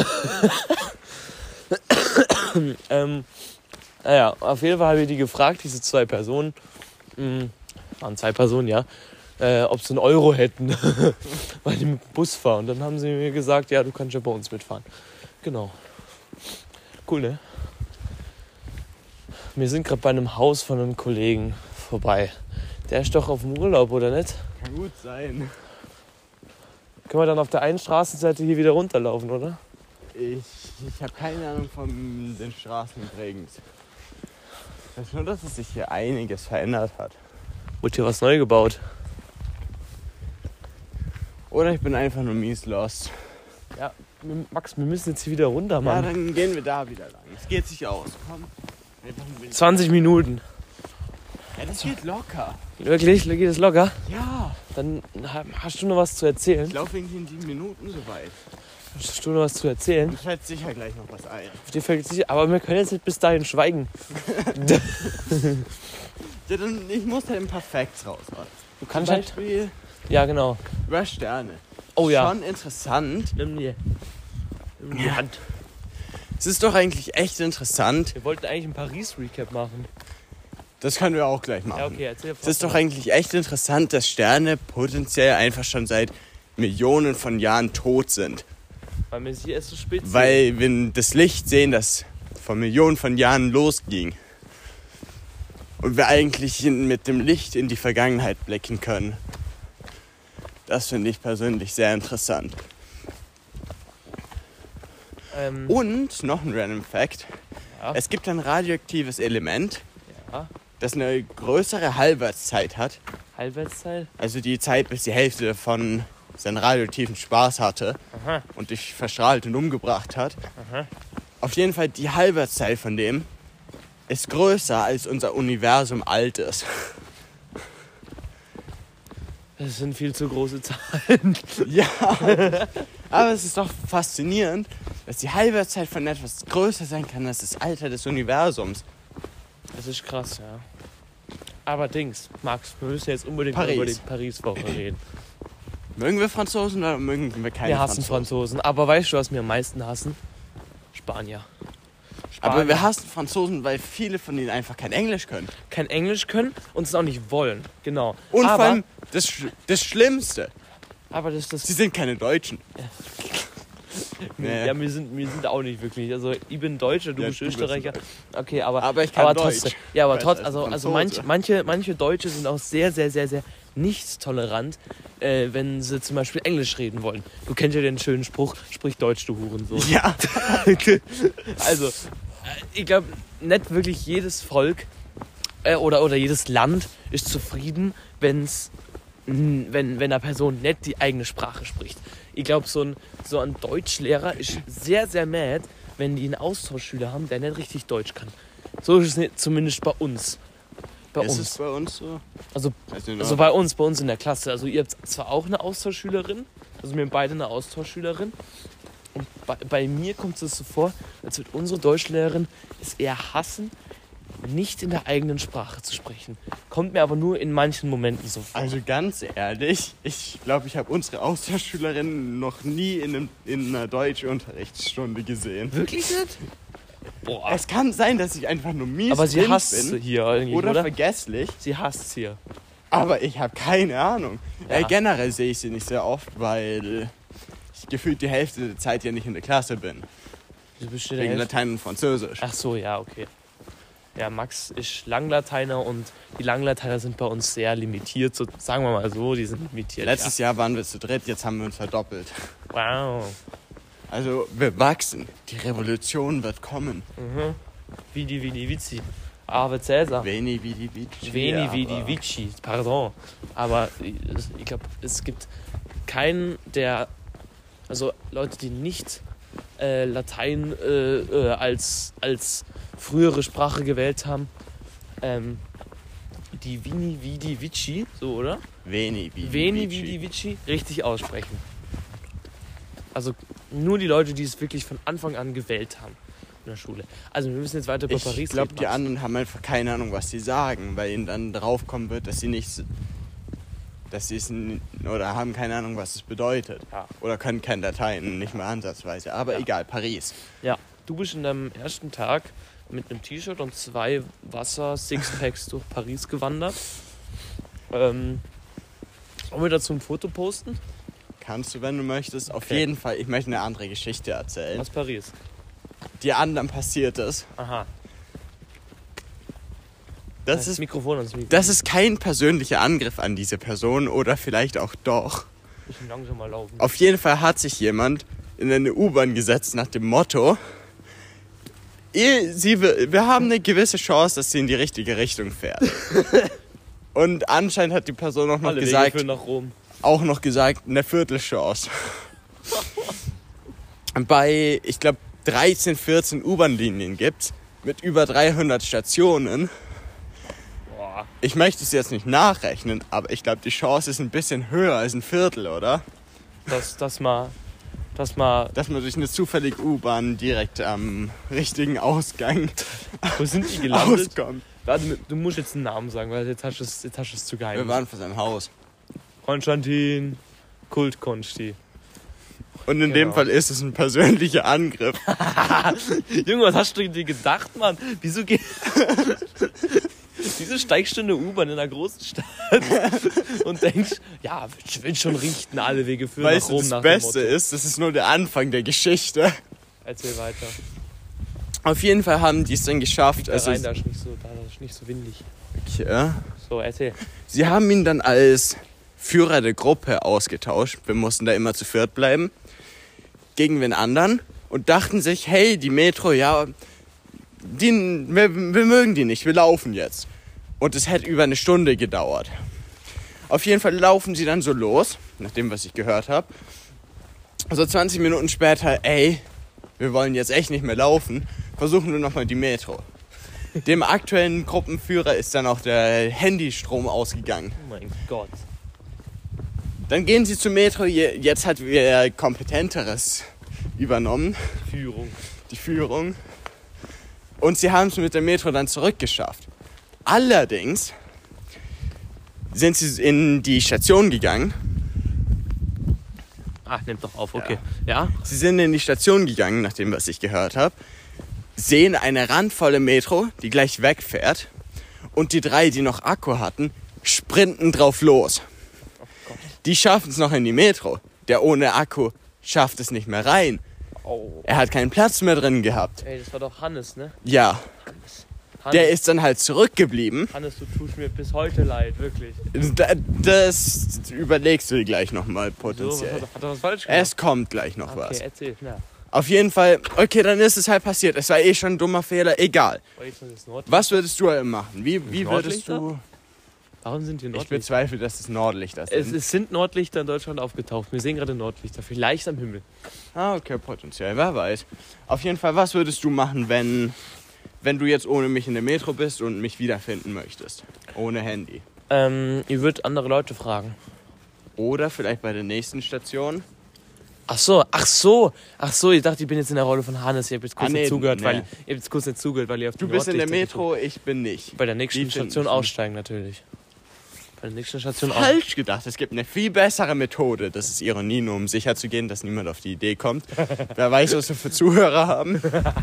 ähm. Naja, auf jeden Fall habe ich die gefragt, diese zwei Personen. Mh, waren zwei Personen, ja. Äh, ob sie einen Euro hätten, weil die mit dem Bus fahren. Und dann haben sie mir gesagt, ja, du kannst ja bei uns mitfahren. Genau. Cool, ne? Wir sind gerade bei einem Haus von einem Kollegen vorbei. Der ist doch auf dem Urlaub, oder nicht? Kann gut sein. Können wir dann auf der einen Straßenseite hier wieder runterlaufen, oder? Ich, ich habe keine Ahnung von den Straßen in Bregenz. Ich weiß nur, dass es sich hier einiges verändert hat. Wurde hier was neu gebaut? Oder ich bin einfach nur mies lost. Ja, Max, wir müssen jetzt hier wieder runter, Ja, Mann. dann gehen wir da wieder lang. Es geht sich aus. Komm. zwanzig Minuten. Ja, das geht locker. Wirklich? Geht es locker? Ja. Dann hast du noch was zu erzählen? Ich laufe irgendwie in sieben Minuten so weit. Hast du noch was zu erzählen? Mir fällt sicher gleich noch was ein. Auf dir fällt sicher, aber wir können jetzt nicht bis dahin schweigen. Ja, dann, ich muss da ein paar Facts raushauen. Du Zum kannst halt. Beispiel Ja, genau. über Sterne. Oh ja. Schon interessant. Nimm die, nimm die Hand. Es ist doch eigentlich echt interessant. Wir wollten eigentlich einen Paris-Recap machen. Das können wir auch gleich machen. Ja, okay, erzähl. Es ist doch eigentlich echt interessant, dass Sterne potenziell einfach schon seit Millionen von Jahren tot sind. Weil wir sie erst so spät sehen. Weil wir das Licht sehen, das vor Millionen von Jahren losging. Und wir eigentlich in, mit dem Licht in die Vergangenheit blicken können. Das finde ich persönlich sehr interessant. Ähm, Und noch ein Random Fact. Ja. Es gibt ein radioaktives Element, ja. das eine größere Halbwertszeit hat. Halbwertszeit? Also die Zeit, bis die Hälfte davon seinen radioaktiven Spaß hatte Aha. und dich verstrahlt und umgebracht hat. Aha. Auf jeden Fall die Halbwertszeit von dem ist größer als unser Universum alt ist. Das sind viel zu große Zahlen. Ja, aber es ist doch faszinierend, dass die Halbwertszeit von etwas größer sein kann als das Alter des Universums. Das ist krass, ja. Aber Dings, Max, wir müssen jetzt unbedingt Paris. über die Paris-Woche reden. Mögen wir Franzosen oder mögen wir keine Wir hassen Franzosen? Franzosen. Aber weißt du, was wir am meisten hassen? Spanier. Spanier. Aber wir hassen Franzosen, weil viele von ihnen einfach kein Englisch können. kein Englisch können und es auch nicht wollen. Genau. Und aber, vor allem das, Sch- das Schlimmste, aber das, das sie sind keine Deutschen. Nee. Ja, wir sind, wir sind auch nicht wirklich. Also ich bin Deutscher, du Ja, bist du bist Österreicher. Deutsch. Okay, aber, Aber ich kann aber Deutsch. trotzdem. Ja, aber Besser trotz, als also, also Franzose. manche, manche, manche Deutsche sind auch sehr, sehr, sehr, sehr nicht tolerant, äh, wenn sie zum Beispiel Englisch reden wollen. Du kennst ja den schönen Spruch, sprich Deutsch, du Hurensohn. Ja. Also, äh, ich glaube, nicht wirklich jedes Volk äh, oder, oder jedes Land ist zufrieden, wenn's, mh, wenn, wenn eine Person nicht die eigene Sprache spricht. Ich glaube, so ein, so ein Deutschlehrer ist sehr, sehr mad, wenn die einen Austauschschüler haben, der nicht richtig Deutsch kann. So ist es nicht, zumindest bei uns. Bei Ist uns. es bei uns so? Also, Weiß nicht, also bei uns, bei uns in der Klasse. Also ihr habt zwar auch eine Austauschschülerin, also wir haben beide eine Austauschschülerin. Und bei, bei mir kommt es so vor, als würde unsere Deutschlehrerin es eher hassen, nicht in der eigenen Sprache zu sprechen. Kommt mir aber nur in manchen Momenten so vor. Also ganz ehrlich, ich glaube, ich habe unsere Austauschschülerin noch nie in, einem, in einer Deutschunterrichtsstunde gesehen. Wirklich nicht? Boah. Es kann sein, dass ich einfach nur mies Aber sie blind hasst bin hier irgendwie, oder, oder? vergesslich, Sie hasst es hier. aber ich habe keine Ahnung. Ja. Äh, generell sehe ich sie nicht sehr oft, weil ich gefühlt die Hälfte der Zeit ja nicht in der Klasse bin. Wieso bist du Wegen denn? Latein und Französisch. Ach so, ja, okay. Ja, Max ist Langlateiner und die Langlateiner sind bei uns sehr limitiert, so, sagen wir mal so, die sind limitiert. Letztes Jahr waren wir zu dritt, jetzt haben wir uns verdoppelt. Ja. Wow. Also wir wachsen. Die Revolution wird kommen. Mhm. Vidi, vidi, vici. Ave Cäsar. Veni, vidi, vici. Veni, aber- vidi, vici. Pardon. Aber ich glaube, es gibt keinen, der... Also Leute, die nicht äh, Latein äh, äh, als, als frühere Sprache gewählt haben, ähm, die Vini, Vidi, Vici, so, oder? Veni, vidi, Veni, vici. Vidi, Vici richtig aussprechen. Also nur die Leute, die es wirklich von Anfang an gewählt haben in der Schule. Also wir müssen jetzt weiter über Paris Ich glaube, reden, die Max. anderen haben einfach keine Ahnung, was sie sagen, weil ihnen dann draufkommen wird, dass sie nicht, dass sie es n- oder haben keine Ahnung, was es bedeutet. Ja. Oder können kein Latein, nicht mal ansatzweise. Aber Ja. egal, Paris. Ja, du bist in deinem ersten Tag mit einem T-Shirt und zwei Wasser-Sixpacks durch Paris gewandert. Ähm, wollen wir dazu ein Foto posten? Kannst du, wenn du möchtest. Auf Okay. jeden Fall, ich möchte eine andere Geschichte erzählen. Aus Paris. Die anderen passiert ist. Aha. Das ist, Mikrofon ans Mikrofon. das ist kein persönlicher Angriff an diese Person oder vielleicht auch doch. Ich muss langsam mal laufen. Auf jeden Fall hat sich jemand in eine U-Bahn gesetzt nach dem Motto, ihr- sie, wir wir haben eine gewisse Chance, dass sie in die richtige Richtung fährt. Und anscheinend hat die Person auch noch Alle Wege gesagt, führen nach Rom. auch noch gesagt, eine Viertelchance. Bei, ich glaube, dreizehn, vierzehn U-Bahn-Linien gibt's mit über dreihundert Stationen. Boah. Ich möchte es jetzt nicht nachrechnen, aber ich glaube, die Chance ist ein bisschen höher als ein Viertel, oder? Dass, dass mal... Dass mal... Dass man durch eine zufällige U-Bahn direkt am richtigen Ausgang Wo sind die gelandet? auskommt. Warte, du musst jetzt einen Namen sagen, weil jetzt hast du es, jetzt hast du es zu geheim. Wir waren vor seinem Haus. Konstantin Kultkonsti. Und in Genau. dem Fall ist es ein persönlicher Angriff. Junge, was hast du dir gedacht, Mann? Wieso geht... Wieso steigst du in eine U-Bahn in einer großen Stadt und denkst, ja, ich will schon richten, alle Wege führen Weißt nach du, Rom das nach dem Beste Motto. ist, das ist nur der Anfang der Geschichte. Erzähl weiter. Auf jeden Fall haben die es dann geschafft. Da Also, rein, da ist nicht so, da ist nicht so windig. ja. So, erzähl. Sie haben ihn dann als Führer der Gruppe ausgetauscht. Wir mussten da immer zu viert bleiben. Gegen den anderen. Und dachten sich, hey, die Metro, ja, die, wir, wir mögen die nicht, wir laufen jetzt. Und es hätte über eine Stunde gedauert. Auf jeden Fall laufen sie dann so los, nach dem, was ich gehört habe. So zwanzig Minuten später, ey, wir wollen jetzt echt nicht mehr laufen, versuchen wir nochmal die Metro. Dem aktuellen Gruppenführer ist dann auch der Handystrom ausgegangen. Oh mein Gott. Dann gehen sie zur Metro, je- jetzt hat wer Kompetenteres übernommen, Führung. die Führung. Und sie haben es mit der Metro dann zurückgeschafft. Allerdings sind sie in die Station gegangen. Ah, nimm doch auf, okay. Ja? Sie sind in die Station gegangen, nach dem, was ich gehört habe. Sehen eine randvolle Metro, die gleich wegfährt. Und die drei, die noch Akku hatten, sprinten drauf los. Gott. Die schaffen es noch in die Metro. Der ohne Akku schafft es nicht mehr rein. Oh. Er hat keinen Platz mehr drin gehabt. Ey, das war doch Hannes, ne? Ja, Hannes. der ist dann halt zurückgeblieben. Hannes, du tust mir bis heute leid, wirklich. Da- Das überlegst du dir gleich nochmal So, was potenziell. hat, er- hat er was falsch gemacht? Es kommt gleich noch Okay, was. erzähl, na. Auf jeden Fall, okay, dann ist es halt passiert. Es war eh schon ein dummer Fehler, egal. Oh, jetzt noch das Nordlicht. Was würdest du machen? Wie, wie würdest Nordlichter? du... Warum sind hier Ich Nordlichter? bezweifle, dass es Nordlichter Es, sind. es sind Nordlichter in Deutschland aufgetaucht. Wir sehen gerade Nordlichter, vielleicht am Himmel. Ah, okay, potenziell, wer weiß. Auf jeden Fall, was würdest du machen, wenn, wenn du jetzt ohne mich in der Metro bist und mich wiederfinden möchtest? Ohne Handy. Ähm, ihr würdet andere Leute fragen. Oder vielleicht bei der nächsten Station. Ach so, ach so, ach so, ich dachte, ich bin jetzt in der Rolle von Hannes. Ihr habt jetzt kurz Ah, nee, nicht zugehört, nee. weil ihr habt jetzt kurz nicht zugehört, weil ihr auf Du die bist in der Nordlichter Metro, ich bin nicht. geguckt- Bei der nächsten Wie finden Station Sie? aussteigen natürlich. Bei der nächsten Station auch. Falsch gedacht. Es gibt eine viel bessere Methode. Das ist Ironie, nur um sicher zu gehen, dass niemand auf die Idee kommt. Wer weiß, was wir für Zuhörer haben.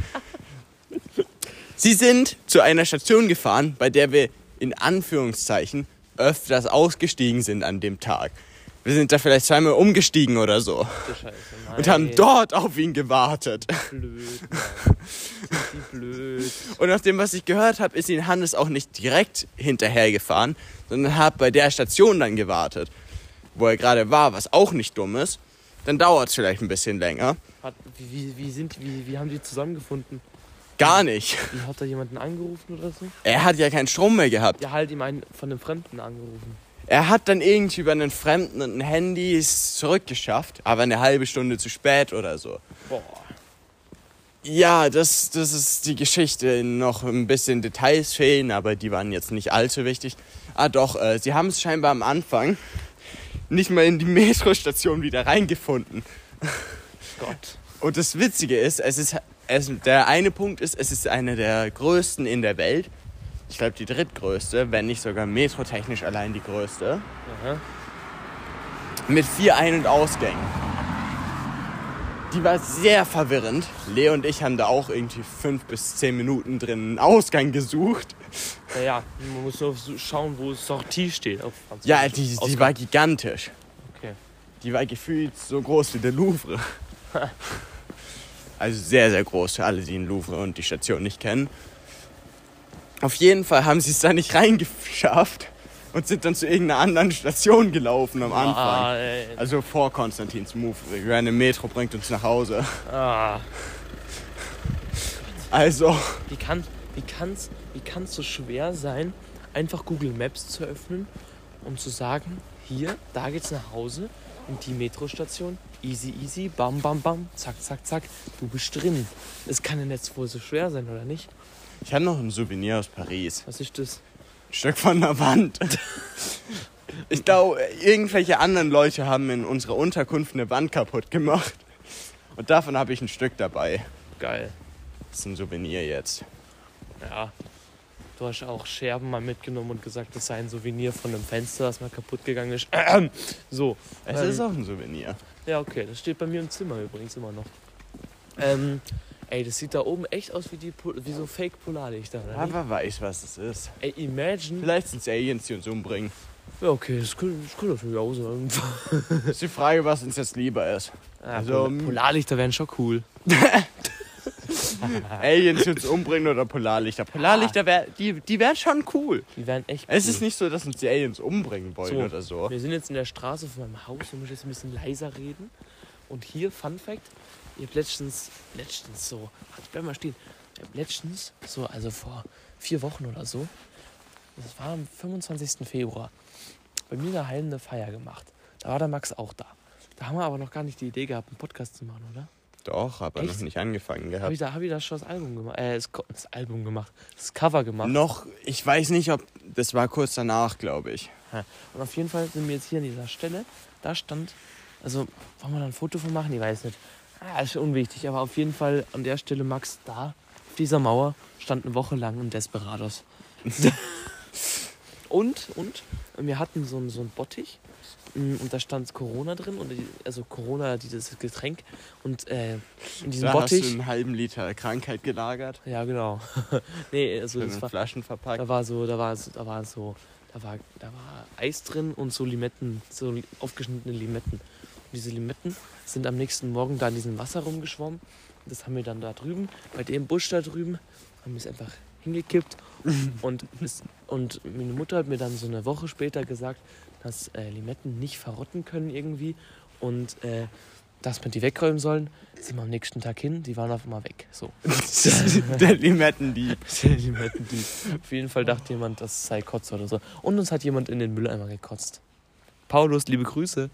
Sie sind zu einer Station gefahren, bei der wir in Anführungszeichen öfters ausgestiegen sind an dem Tag. Wir sind da vielleicht zweimal umgestiegen oder so Scheiße, nein. und haben dort auf ihn gewartet. Blöd, Mann. Wie blöd. Und nach dem, was ich gehört habe, ist ihn Hannes auch nicht direkt hinterhergefahren, sondern hat bei der Station dann gewartet, wo er gerade war, was auch nicht dumm ist. Dann dauert es vielleicht ein bisschen länger. Hat, wie, wie, wie, sind, wie, wie haben die zusammengefunden? Gar nicht. Wie hat da jemanden angerufen oder so? Er hat ja keinen Strom mehr gehabt. Ja, halt ihm einen von einem Fremden angerufen. Er hat dann irgendwie über einen Fremden und ein Handy es zurückgeschafft, aber eine halbe Stunde zu spät oder so. Boah. Ja, das, das ist die Geschichte. Noch ein bisschen Details fehlen, aber die waren jetzt nicht allzu wichtig. Ah doch, äh, sie haben es scheinbar am Anfang nicht mal in die Metrostation wieder reingefunden. Gott. Und das Witzige ist, es ist, es, der eine Punkt ist, es ist eine der größten in der Welt. Ich glaube die drittgrößte, wenn nicht sogar metrotechnisch allein die größte. Aha. Mit vier Ein- und Ausgängen. Die war sehr verwirrend. Leo und ich haben da auch irgendwie fünf bis zehn Minuten drin einen Ausgang gesucht. Naja, man muss nur so schauen, wo Sortie steht. Auf Französisch. Ja, die, die war gigantisch. Okay. Die war gefühlt so groß wie der Louvre. Also sehr, sehr groß für alle, die den Louvre und die Station nicht kennen. Auf jeden Fall haben sie es da nicht reingeschafft und sind dann zu irgendeiner anderen Station gelaufen am Anfang. Ah, ey. Also vor Konstantins Move. Eine Metro bringt uns nach Hause. Ah. Also, Wie kann wie kann's, wie kann's so schwer sein, einfach Google Maps zu öffnen und zu sagen, hier, da geht's nach Hause in die Metrostation, easy, easy, bam, bam, bam, zack, zack, zack, du bist drin. Es kann ja jetzt wohl so schwer sein, oder nicht? ich habe noch ein Souvenir aus Paris. Was ist das? Ein Stück von der Wand. Ich glaube, irgendwelche anderen Leute haben in unserer Unterkunft eine Wand kaputt gemacht. Und davon habe ich ein Stück dabei. Geil. Das ist ein Souvenir jetzt. Ja. Du hast auch Scherben mal mitgenommen und gesagt, das sei ein Souvenir von einem Fenster, das mal kaputt gegangen ist. So. Es ähm, ist auch ein Souvenir. Ja, okay. Das steht bei mir im Zimmer übrigens immer noch. Ähm, ey, das sieht da oben echt aus wie, die, wie so Fake-Polarlichter, oder nicht? Aber weiß, was es ist. Ey, imagine. Vielleicht sind es Aliens, die uns umbringen. Ja, okay, das könnte, das könnte natürlich auch sein. Das ist die Frage, was uns jetzt lieber ist. Ja, Also, Pol- Polarlichter wären schon cool. Aliens, die uns umbringen oder Polarlichter. Polarlichter, wär, die, die wären schon cool. Die wären echt cool. Es ist nicht so, dass uns die Aliens umbringen wollen So. oder so. Wir sind jetzt in der Straße von meinem Haus und müssen jetzt ein bisschen leiser reden. Und hier, Fun Fact, ich hab letztens, letztens so, warte, ich bleib mal stehen. Ich hab letztens, so, also vor vier Wochen oder so, das war am fünfundzwanzigsten Februar, bei mir daheim eine Feier gemacht. Da war der Max auch da. Da haben wir aber noch gar nicht die Idee gehabt, einen Podcast zu machen, oder? Doch, aber Echt? noch nicht angefangen Habe gehabt. ich, da, hab ich da schon das Album gemacht? Äh, das, Ko- das Album gemacht. Das Cover gemacht. Noch, ich weiß nicht, ob, das war kurz danach, glaube ich. Ja. Und auf jeden Fall sind wir jetzt hier an dieser Stelle. Da stand, also, wollen wir da ein Foto von machen? Ich weiß nicht. Ah, ist schon unwichtig, aber auf jeden Fall an der Stelle, Max, da, auf dieser Mauer, stand eine Woche lang ein Desperados. und, und, wir hatten so einen, so einen Bottich. mm, Und da stand Corona drin, und die, also Corona, dieses Getränk. Und äh, in diesem Da Bottich. hast du einen halben Liter Krankheit gelagert, Ja, genau. nee, also in das war, Flaschen verpackt. da war so, da war so, da war so, da war, da war Eis drin und so Limetten, so li- aufgeschnittene Limetten. Und diese Limetten sind am nächsten Morgen da in diesem Wasser rumgeschwommen. Und das haben wir dann da drüben, bei dem Busch da drüben, haben wir es einfach hingekippt. und, es, und meine Mutter hat mir dann so eine Woche später gesagt, dass äh, Limetten nicht verrotten können irgendwie und äh, dass wir die wegräumen sollen. Sind wir am nächsten Tag hin, die waren auf einmal weg. So. Der Limettendieb. Limettendieb. Auf jeden Fall dachte jemand, das sei Kotze oder so. Und uns hat jemand in den Mülleimer gekotzt. Paulus, liebe Grüße.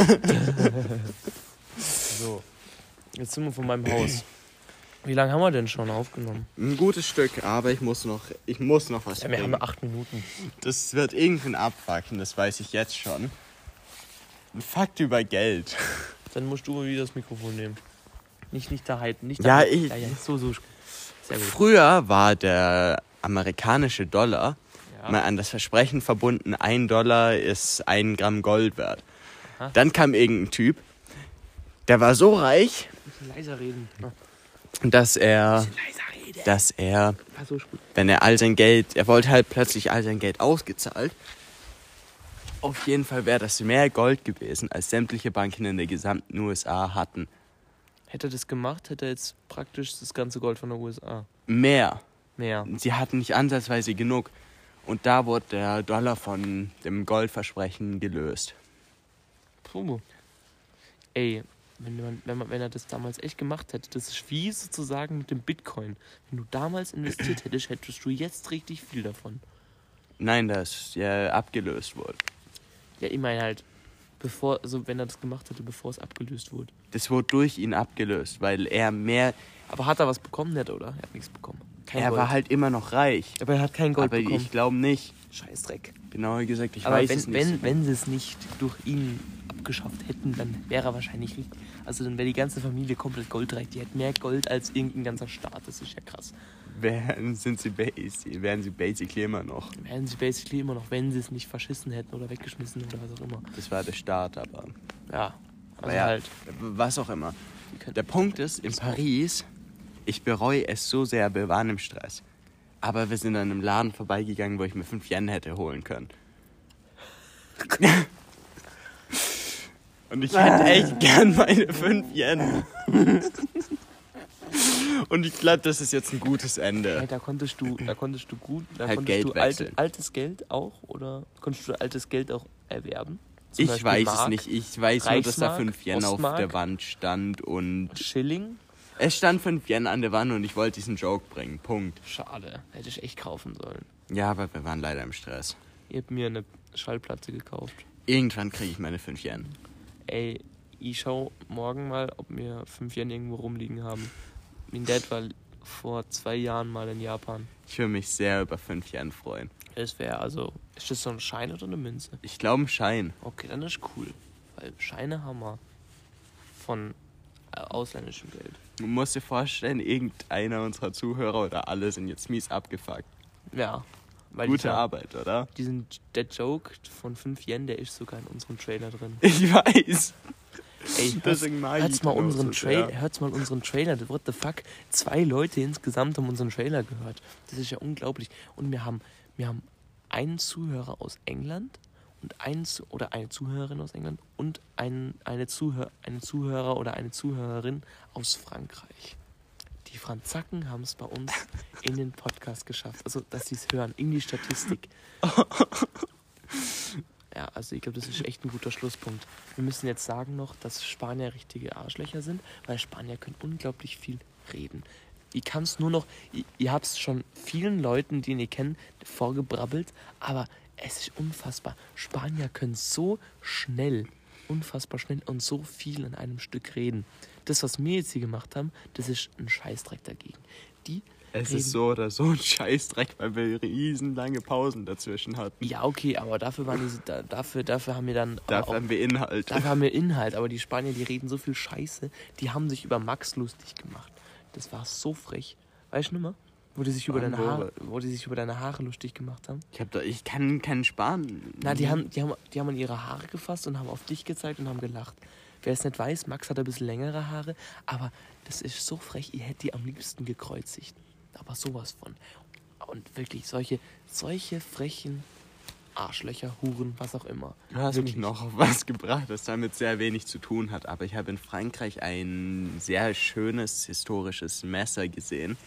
So, jetzt sind wir von meinem Haus. Wie lange haben wir denn schon aufgenommen? Ein gutes Stück, aber ich muss noch, ich muss noch was Ja, wir haben bringen. acht Minuten. Das wird irgendwann abfucken, das weiß ich jetzt schon. Ein Fakt über Geld. Dann musst du mal wieder das Mikrofon nehmen. Nicht, nicht da halten. Nicht Ja, da ich- Ja, ja, so, so. Sehr gut. Früher war der amerikanische Dollar Ja. mal an das Versprechen verbunden, ein Dollar ist ein Gramm Gold wert. Aha. Dann kam irgendein Typ, der war so reich, Ein bisschen leiser reden. Ja. dass er, Leiser reden. dass er, Ah, so ist gut. wenn er all sein Geld, er wollte halt plötzlich all sein Geld ausgezahlt. Auf jeden Fall wäre das mehr Gold gewesen, als sämtliche Banken in der gesamten U S A hatten. Hätte er das gemacht, hätte er jetzt praktisch das ganze Gold von der U S A. Mehr. Mehr. Sie hatten nicht ansatzweise genug. Und da wurde der Dollar von dem Goldversprechen gelöst. Puh. Ey, wenn, man, wenn, man, wenn er das damals echt gemacht hätte, das ist wie sozusagen mit dem Bitcoin. Wenn du damals investiert hättest, hättest du jetzt richtig viel davon. Nein, das ja abgelöst wurde. Ja, ich meine halt, bevor, also wenn er das gemacht hätte, bevor es abgelöst wurde. Das wurde durch ihn abgelöst, weil er mehr... Aber hat er was bekommen, nicht, oder? Er hat nichts bekommen. Kein er Gold. war halt immer noch reich. Aber er hat kein Gold Aber bekommen. ich glaube nicht. Scheißdreck. Genauer gesagt, ich Aber weiß wenn, es nicht. wenn, wenn sie es nicht durch ihn abgeschafft hätten, dann wäre er wahrscheinlich richtig. Also dann wäre die ganze Familie komplett goldreich. Die hätten mehr Gold als irgendein ganzer Staat. Das ist ja krass. Wären, sind sie, basi- wären sie basically immer noch. Wären sie basically immer noch, wenn sie es nicht verschissen hätten oder weggeschmissen oder was auch immer. Das war der Staat, aber... Ja, aber also ja, halt. was auch immer. die könnten- Der Punkt ist, in Paris, ich bereue es so sehr, wir waren im Stress. Aber wir sind an einem Laden vorbeigegangen, wo ich mir fünf Yen hätte holen können. Und ich hätte echt gern meine fünf Yen. Und ich glaube, das ist jetzt ein gutes Hey, Ende. da konntest du, da konntest du gut, da Halt konntest Geld du alte, wechseln. altes Geld auch oder konntest du altes Geld auch erwerben? Zum Ich Beispiel weiß Mark, es nicht. Ich weiß nur, dass da Reichsmark, fünf Yen auf Ostmark, der Wand stand. Und Schilling. es stand fünf Yen an der Wand und ich wollte diesen Joke bringen. Punkt. Schade, hätte ich echt kaufen sollen. Ja, aber wir waren leider im Stress. Ihr habt mir eine Schallplatte gekauft. Irgendwann kriege ich meine fünf Yen. Ey, ich schau morgen mal, ob wir fünf Yen irgendwo rumliegen haben. Mein Dad war vor zwei Jahren mal in Japan. Ich würde mich sehr über fünf Yen freuen. Das wäre also, ist das so ein Schein oder eine Münze? Ich glaube, ein Schein. Okay, dann ist cool. Weil Scheine haben wir von äh, ausländischem Geld. Du musst dir vorstellen, irgendeiner unserer Zuhörer oder alle sind jetzt mies abgefuckt. Ja. Weil Gute dieser, Arbeit, oder? Diesen, der Joke von fünf Yen, der ist sogar in unserem Trailer drin. Ich weiß. Ey, hört's, Deswegen mag hört's, ich mal den auch unseren so Trail, sehr. hört's mal unseren Trailer. What the fuck? Zwei Leute insgesamt haben unseren Trailer gehört. Das ist ja unglaublich. Und wir haben, wir haben einen Zuhörer aus England und einen Zu- oder eine Zuhörerin aus England und einen, eine, Zuhör, eine Zuhörer oder eine Zuhörerin aus Frankreich. Die Franzaken haben es bei uns in den Podcast geschafft. Also, dass sie es hören, in die Statistik. Ja, also ich glaube, das ist echt ein guter Schlusspunkt. Wir müssen jetzt sagen noch, dass Spanier richtige Arschlöcher sind, weil Spanier können unglaublich viel reden. Ich kann es nur noch, ihr, ihr habt es schon vielen Leuten, die ihr kennt, vorgebrabbelt, aber es ist unfassbar. Spanier können so schnell, unfassbar schnell und so viel in einem Stück reden. Das, was wir jetzt hier gemacht haben, das ist ein Scheißdreck dagegen. Die Es reden- ist so oder so ein Scheißdreck, weil wir riesen lange Pausen dazwischen hatten. Ja, okay, aber dafür waren diese, da, dafür, dafür haben wir dann Dafür auch, haben wir Inhalt. dafür haben wir Inhalt, aber die Spanier, die reden so viel Scheiße, die haben sich über Max lustig gemacht. Das war so frech. Weißt du nicht mehr? Wo die sich über Wann, deine wo? Haare, wo die sich über deine Haare lustig gemacht haben. Ich, hab da, ich kann keinen sparen. Na, die haben, die haben, die haben an ihre Haare gefasst und haben auf dich gezeigt und haben gelacht. Wer es nicht weiß, Max hat ein bisschen längere Haare, aber das ist so frech, ihr hättet die am liebsten gekreuzigt. Aber sowas von. Und wirklich, solche, solche frechen Arschlöcher, Huren, was auch immer. Du hast Wirklich. mich noch auf was gebracht, das damit sehr wenig zu tun hat. Aber ich habe in Frankreich ein sehr schönes historisches Messer gesehen.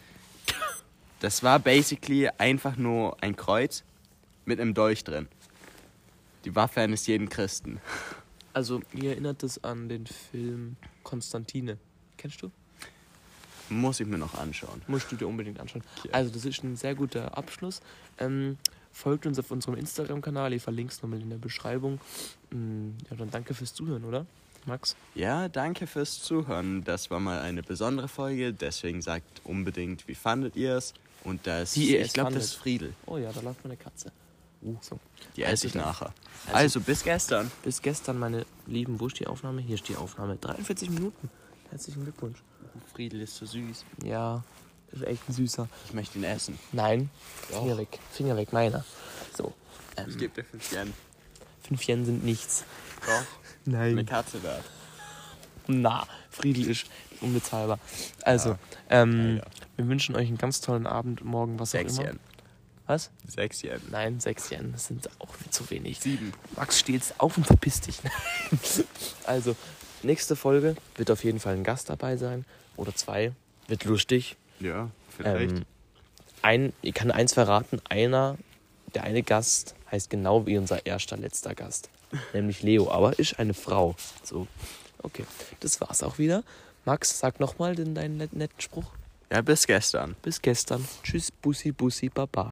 Das war basically einfach nur ein Kreuz mit einem Dolch drin. Die Waffe eines jeden Christen. Also, mir erinnert das an den Film Konstantine. Kennst du? Muss ich mir noch anschauen. Musst du dir unbedingt anschauen. Okay. Also, das ist ein sehr guter Abschluss. Ähm, folgt uns auf unserem Instagram-Kanal. Ich verlinke es nochmal in der Beschreibung. Mm, Ja, dann danke fürs Zuhören, oder, Max? Ja, danke fürs Zuhören. Das war mal eine besondere Folge. Deswegen sagt unbedingt, wie fandet ihr es? Und das, Wie ihr ich es glaube, fandet. das ist Friedel. Oh ja, da läuft meine Katze. Uh, so. Die Also esse ich dann. nachher. Also- Also, bis gestern. Bis gestern, meine Lieben. Wo ist die Aufnahme? Hier ist die Aufnahme. dreiundvierzig Minuten. Herzlichen Glückwunsch. Friedel ist so süß. Ja, ist echt ein süßer. Ich möchte ihn essen. Nein, Doch. Finger weg. Finger weg, meiner. So. Ich Ähm, gebe dir fünf Yen. fünf Yen sind nichts. Doch. Nein. Eine Katze da. Na, Friedel ist unbezahlbar. Also, Ja. ähm, Ja, ja. wir wünschen euch einen ganz tollen Abend, morgen, was Sechs auch immer. Yen. Was? Sechs Yen. Nein, sechs Yen, das sind auch nicht so wenig. Sieben. Max, steh jetzt auf und verpiss dich. Also, nächste Folge wird auf jeden Fall ein Gast dabei sein. Oder zwei. Wird lustig. Ja, vielleicht. Ähm, ein, ich kann eins verraten, einer, der eine Gast heißt genau wie unser erster letzter Gast. Nämlich Leo, aber ist eine Frau. So, okay. Das war's auch wieder. Max, sag nochmal deinen net- netten Spruch. Ja, bis gestern. Bis gestern. Tschüss, Bussi, Bussi, Baba.